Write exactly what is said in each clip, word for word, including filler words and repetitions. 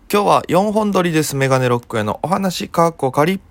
今日はよんほん撮りです。メガネロックへのお話かっこかり。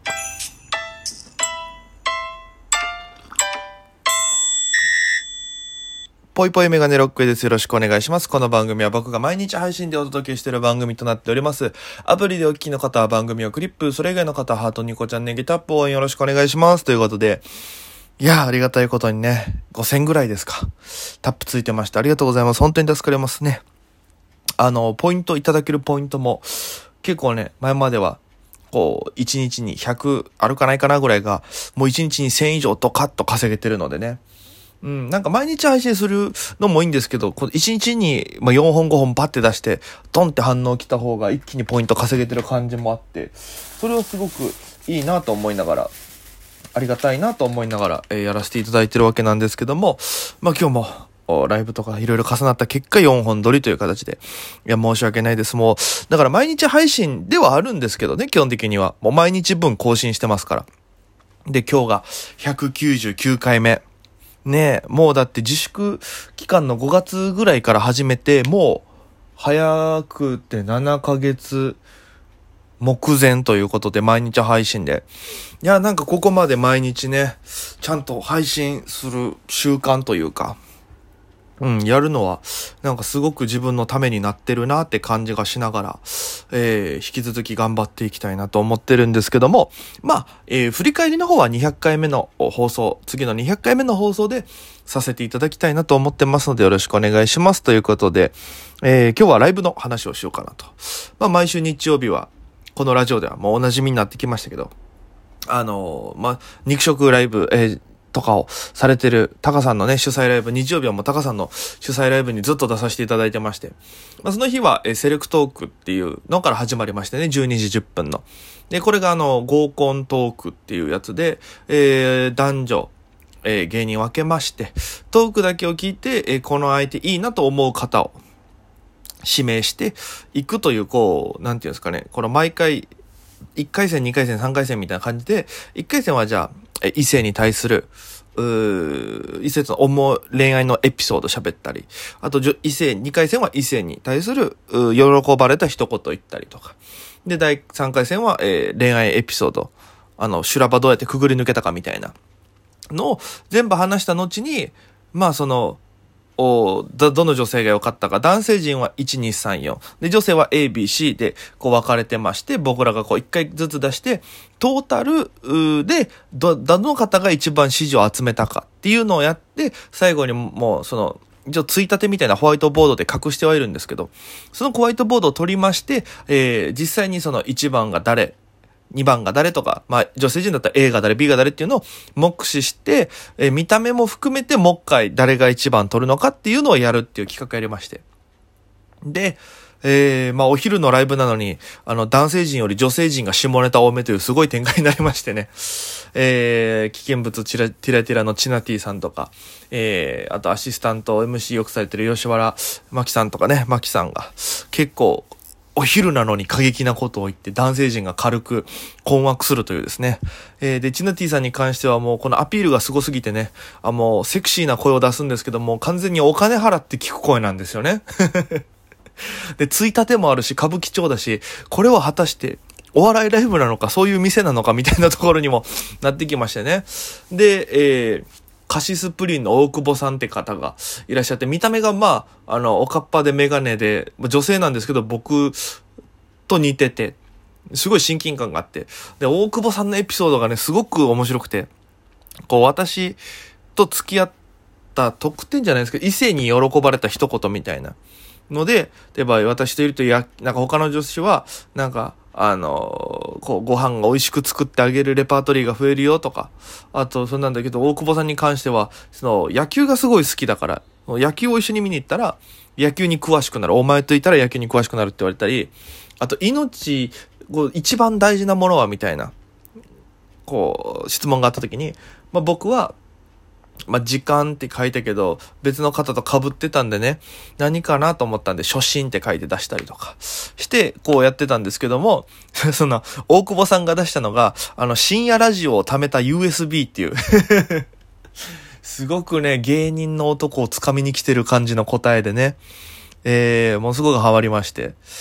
ぽいぽいメガネロックへです。よろしくお願いします。この番組は僕が毎日配信でお届けしている番組となっております。アプリでお聞きの方は番組をクリップ、それ以外の方はハート、ニコちゃん、ネギタップ応援よろしくお願いします。ということで、いやーありがたいことにね、ごせんぐらいですか。タップついてました。ありがとうございます。本当に助かりますね。あの、ポイントいただけるポイントも、結構ね、前までは、こう、いちにちにひゃくあるかないかなぐらいが、もういちにちにせん以上ドカッと稼げてるのでね。うん、なんか毎日配信するのもいいんですけど、このいちにちによんほんごほんバッて出して、ドンって反応来た方が一気にポイント稼げてる感じもあって、それはすごくいいなと思いながら、ありがたいなと思いながら、えー、やらせていただいてるわけなんですけども、まあ今日も、ライブとかいろいろ重なった結果よんほん撮りという形で。いや、申し訳ないです。もう、だから毎日配信ではあるんですけどね、基本的には。もう毎日分更新してますから。で、今日がひゃくきゅうじゅうきゅうかいめ。ねえ、もうだって自粛期間のごがつぐらいから始めて、もう、早くてななかげつ目前ということで毎日配信で。いや、なんかここまで毎日ね、ちゃんと配信する習慣というか、うん、やるのは、なんかすごく自分のためになってるなって感じがしながら、えー、引き続き頑張っていきたいなと思ってるんですけども、まあ、えー、振り返りの方はにひゃっかいめの放送、次のにひゃっかいめの放送でさせていただきたいなと思ってますのでよろしくお願いしますということで、えー、今日はライブの話をしようかなと。まあ、毎週日曜日は、このラジオではもうお馴染みになってきましたけど、あのー、まあ、肉食ライブ、えーとかをされてるタカさんのね、主催ライブ、日曜日はもうタカさんの主催ライブにずっと出させていただいてまして、まあ、その日はえセレクトークっていうのから始まりましてね、じゅうにじじゅっぷんの。で、これがあの、合コントークっていうやつで、えー、男女、えー、芸人分けまして、トークだけを聞いて、えー、この相手いいなと思う方を指名していくという、こう、なんていうんですかね、この毎回、いっかいせん、にかいせん、さんかいせんみたいな感じで、いっかいせんはじゃあ、異性に対する、うー異性の思う恋愛のエピソード喋ったり、あと異性、にかいせんは異性に対するう喜ばれた一言言ったりとか。で、だいさんかいせんは、えー、恋愛エピソード、あの、修羅場どうやってくぐり抜けたかみたいなのを全部話した後に、まあその、おど、どの女性が良かったか。男性陣はいち、に、さん、よん。で、女性は A、B、C でこう分かれてまして、僕らがこういっかいずつ出して、トータルで、ど、どの方が一番支持を集めたかっていうのをやって、最後にもうその、一応ついたてみたいなホワイトボードで隠してはいるんですけど、そのホワイトボードを取りまして、えー、実際にそのいちばんが誰、にばんが誰とか、まあ、女性陣だったら A が誰、B が誰っていうのを目視して、えー、見た目も含めてもう一回誰が一番取るのかっていうのをやるっていう企画やりまして。で、えー、まあ、お昼のライブなのに、あの、男性陣より女性陣が下ネタ多めというすごい展開になりましてね。えー、危険物ティラティラティラのチナティさんとか、えー、あとアシスタント エムシー よくされてる吉原真紀さんとかね、真紀さんが結構、お昼なのに過激なことを言って男性陣が軽く困惑するというですね。えー、で、チナティさんに関してはもうこのアピールがすごすぎてね、あ、もうセクシーな声を出すんですけども、完全にお金払って聞く声なんですよね。で、ついたてもあるし、歌舞伎町だし、これは果たしてお笑いライブなのか、そういう店なのかみたいなところにもなってきましてね。で、えー、カシスプリンの大久保さんって方がいらっしゃって、見た目がまあ、あの、おかっぱでメガネで、女性なんですけど、僕と似てて、すごい親近感があって、で、大久保さんのエピソードがね、すごく面白くて、こう、私と付き合った特典じゃないですけど、異性に喜ばれた一言みたいなので、例えば私といると、や、なんか他の女子は、なんか、あの、こう、ご飯が美味しく作ってあげるレパートリーが増えるよとか、あと、そんなんだけど、大久保さんに関しては、その、野球がすごい好きだから、野球を一緒に見に行ったら、野球に詳しくなる。お前といたら野球に詳しくなるって言われたり、あと、命、こう、一番大事なものはみたいな、こう、質問があった時に、まあ僕は、まあ、時間って書いたけど、別の方と被ってたんでね、何かなと思ったんで、初心って書いて出したりとかして、こうやってたんですけども、その、大久保さんが出したのが、あの、深夜ラジオを貯めた ユーエスビー っていう、すごくね、芸人の男を掴みに来てる感じの答えでね、えー、ものすごくハマりまして。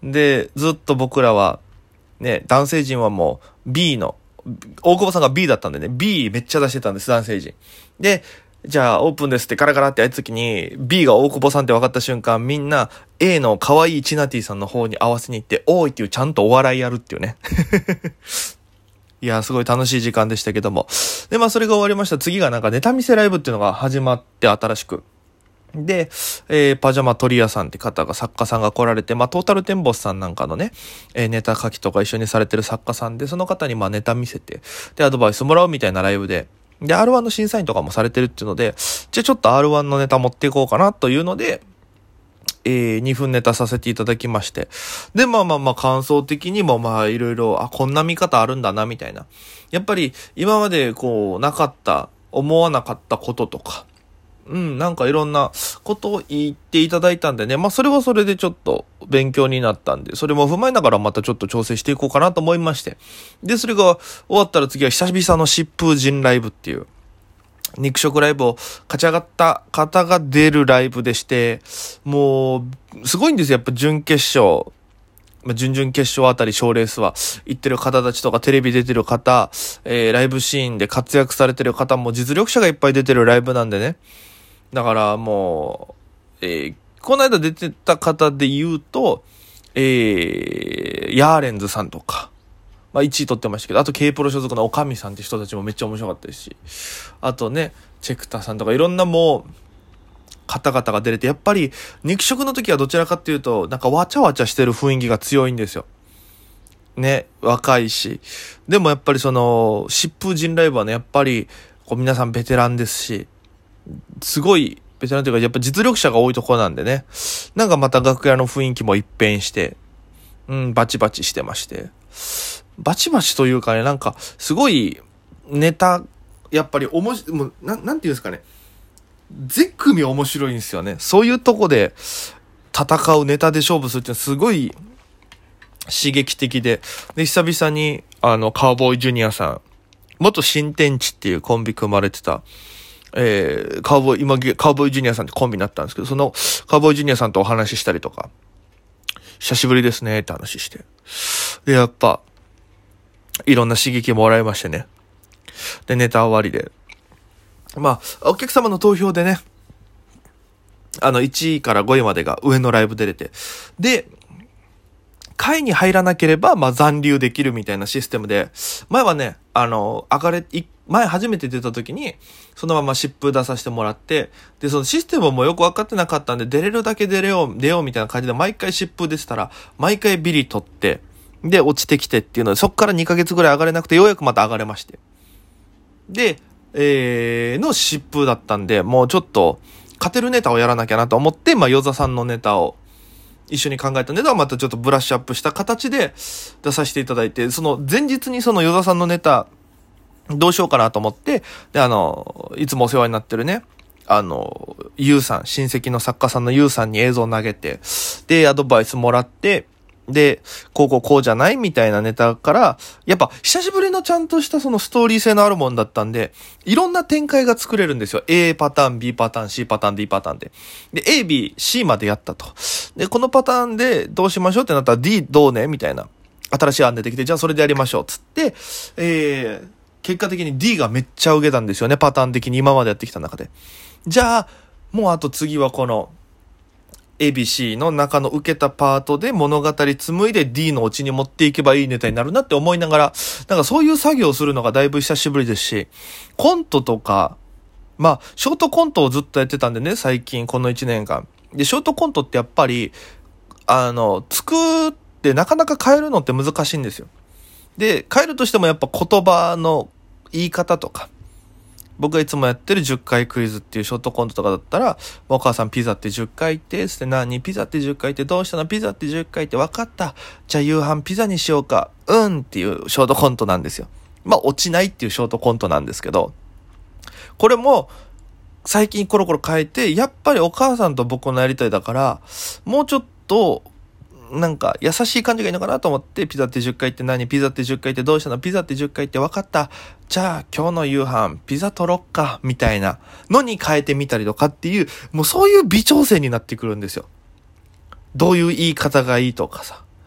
で、ずっと僕らは、ね、男性陣はもう B の、大久保さんが B だったんでね、B めっちゃ出してたんです、男性陣。で、じゃあオープンですってガラガラってやった時に B が大久保さんって分かった瞬間、みんな A の可愛いチナティさんの方に合わせに行って、おーいっていうちゃんとお笑いやるっていうね。いや、すごい楽しい時間でしたけども。で、まあそれが終わりました。次がなんかネタ見せライブっていうのが始まって新しく。で、えー、パジャマ鳥屋さんって方が、作家さんが来られて、まあ、トータルテンボスさんなんかのね、えー、ネタ書きとか一緒にされてる作家さんで、その方にまあネタ見せて、で、アドバイスもらうみたいなライブで、で、アールワン の審査員とかもされてるっていうので、じゃあちょっと アールワン のネタ持っていこうかなというので、えー、にふんネタさせていただきまして。で、まあまあまあ感想的にもまあいろいろ、あ、こんな見方あるんだな、みたいな。やっぱり今までこう、なかった、思わなかったこととか、うん、なんかいろんなことを言っていただいたんでね。まあそれはそれでちょっと勉強になったんで、それも踏まえながらまたちょっと調整していこうかなと思いまして。で、それが終わったら次は久々の疾風陣ライブっていう、肉食ライブを勝ち上がった方が出るライブでして、もう、すごいんですよ。やっぱ準決勝。準々決勝あたり賞レースは行ってる方たちとかテレビ出てる方、えー、ライブシーンで活躍されてる方も実力者がいっぱい出てるライブなんでね。だからもう、えー、この間出てた方で言うと、えー、ヤーレンズさんとか、まあいちい取ってましたけど、あと K プロ所属のおかみさんって人たちもめっちゃ面白かったですし、あとね、チェクターさんとかいろんなもう、方々が出れて、やっぱり肉食の時はどちらかっていうと、なんかわちゃわちゃしてる雰囲気が強いんですよ。ね、若いし。でもやっぱりその、疾風陣ライブはね、やっぱり、こう皆さんベテランですし、すごい、ベテランというか、やっぱ実力者が多いところなんでね、なんかまた楽屋の雰囲気も一変して、うん、バチバチしてまして。バチバチというかね、なんか、すごい、ネタ、やっぱりおもし、もう、な、なんていうんですかね、全組面白いんですよね。そういうとこで、戦うネタで勝負するってすごい、刺激的で、で、久々に、あの、カウボーイジュニアさん、元新天地っていうコンビ組まれてた、えー、カウボーイ、今、カウボーイジュニアさんってコンビになったんですけど、そのカウボーイジュニアさんとお話ししたりとか、久しぶりですねって話して。で、やっぱ、いろんな刺激もらいましてね。で、ネタ終わりで。まあ、お客様の投票でね、あの、いちいからごいまでが上のライブ出れて、で、下位に入らなければ、まあ、残留できるみたいなシステムで、前はね、あの、上がれ、前初めて出た時に、そのまま疾風出させてもらって、で、そのシステムもよく分かってなかったんで、出れるだけ出れよう、出ようみたいな感じで、毎回疾風出てたら、毎回ビリ取って、で、落ちてきてっていうので、そっからにかげつぐらい上がれなくて、ようやくまた上がれまして。で、えー、の疾風だったんで、もうちょっと、勝てるネタをやらなきゃなと思って、まあ、ヨザさんのネタを、一緒に考えたネタをまたちょっとブラッシュアップした形で出させていただいて、その前日にそのヨザさんのネタどうしようかなと思って、で、あの、いつもお世話になってるね、あの、ユウさん、親戚の作家さんのユウさんに映像を投げて、で、アドバイスもらって、で、こうこうこうじゃないみたいなネタから、やっぱ久しぶりのちゃんとしたそのストーリー性のあるもんだったんで、いろんな展開が作れるんですよ。A パターン、B パターン、C パターン、D パターンで。で、A、B、C までやったと。で、このパターンでどうしましょうってなったら D どうねみたいな。新しい案出てきて、じゃあそれでやりましょう。つって、えー、結果的に D がめっちゃ受けたんですよね。パターン的に今までやってきた中で。じゃあ、もうあと次はこの、エービーシー の中の受けたパートで物語紡いで D のオチに持っていけばいいネタになるなって思いながら、なんかそういう作業をするのがだいぶ久しぶりですし、コントとか、まあ、ショートコントをずっとやってたんでね、最近このいちねんかん。で、ショートコントってやっぱり、あの、作ってなかなか変えるのって難しいんですよ。で、変えるとしてもやっぱ言葉の言い方とか、僕がいつもやってるじゅっかいクイズっていうショートコントとかだったら、お母さんピザってじゅっかいってつって何ピザってじゅっかいってどうしたのピザってじゅっかいって分かった。じゃあ夕飯ピザにしようか。うんっていうショートコントなんですよ。まあ落ちないっていうショートコントなんですけど、これも最近コロコロ変えて、やっぱりお母さんと僕のやりたいだから、もうちょっとなんか優しい感じがいいのかなと思って、ピザってじゅっかいって何ピザってじゅっかいってどうしたのピザってじゅっかいって分かった。じゃあ今日の夕飯ピザ取ろっかみたいなのに変えてみたりとかっていう、もうそういう微調整になってくるんですよ。どういう言い方がいいとかさ、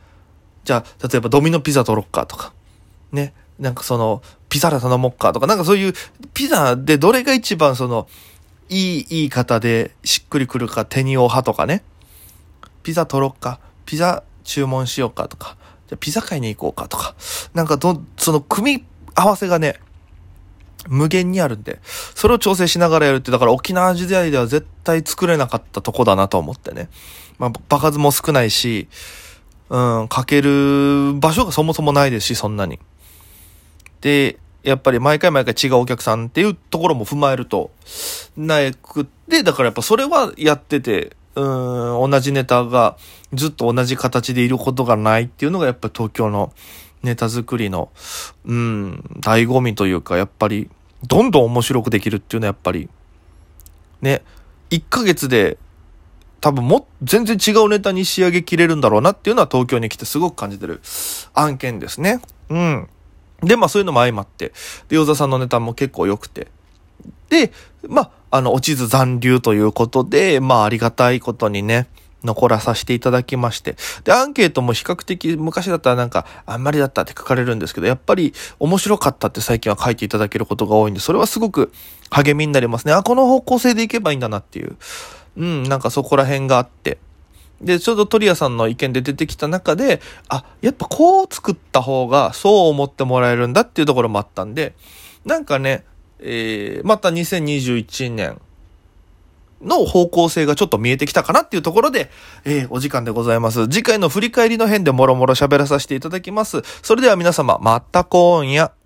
じゃあ、例えばドミノピザ取ろっかとか、ね、なんかその、ピザラ頼もっかとか、なんかそういう、ピザでどれが一番その、いい言い方でしっくりくるか、テニオ派とかね、ピザ取ろっか、ピザ注文しようかとか、じゃあピザ買いに行こうかとか、なんかど、その組み合わせがね、無限にあるんで、それを調整しながらやるって、だから沖縄時代では絶対作れなかったとこだなと思ってね。まあ、場数も少ないし、うん、かける場所がそもそもないですし、そんなに。で、やっぱり毎回毎回違うお客さんっていうところも踏まえると、なくって、だからやっぱそれはやってて、うーん、同じネタがずっと同じ形でいることがないっていうのがやっぱり東京のネタ作りの、うん、醍醐味というか、やっぱり、どんどん面白くできるっていうのはやっぱり、ね、いっかげつで、多分も全然違うネタに仕上げきれるんだろうなっていうのは東京に来てすごく感じてる案件ですね。うん。で、まあそういうのも相まって、で、与田さんのネタも結構良くて。で、まあ、あの、落ちず残留ということで、まあありがたいことにね、残らさせていただきまして。で、アンケートも比較的昔だったらなんか、あんまりだったって書かれるんですけど、やっぱり面白かったって最近は書いていただけることが多いんで、それはすごく励みになりますね。あ、この方向性でいけばいいんだなっていう。うん、なんかそこら辺があって。で、ちょうど鳥谷さんの意見で出てきた中で、あ、やっぱこう作った方がそう思ってもらえるんだっていうところもあったんで、なんかね、えー、またにせんにじゅういちねんの方向性がちょっと見えてきたかなっていうところで、えー、お時間でございます。次回の振り返りの辺でもろもろ喋らさせていただきます。それでは皆様、また今夜。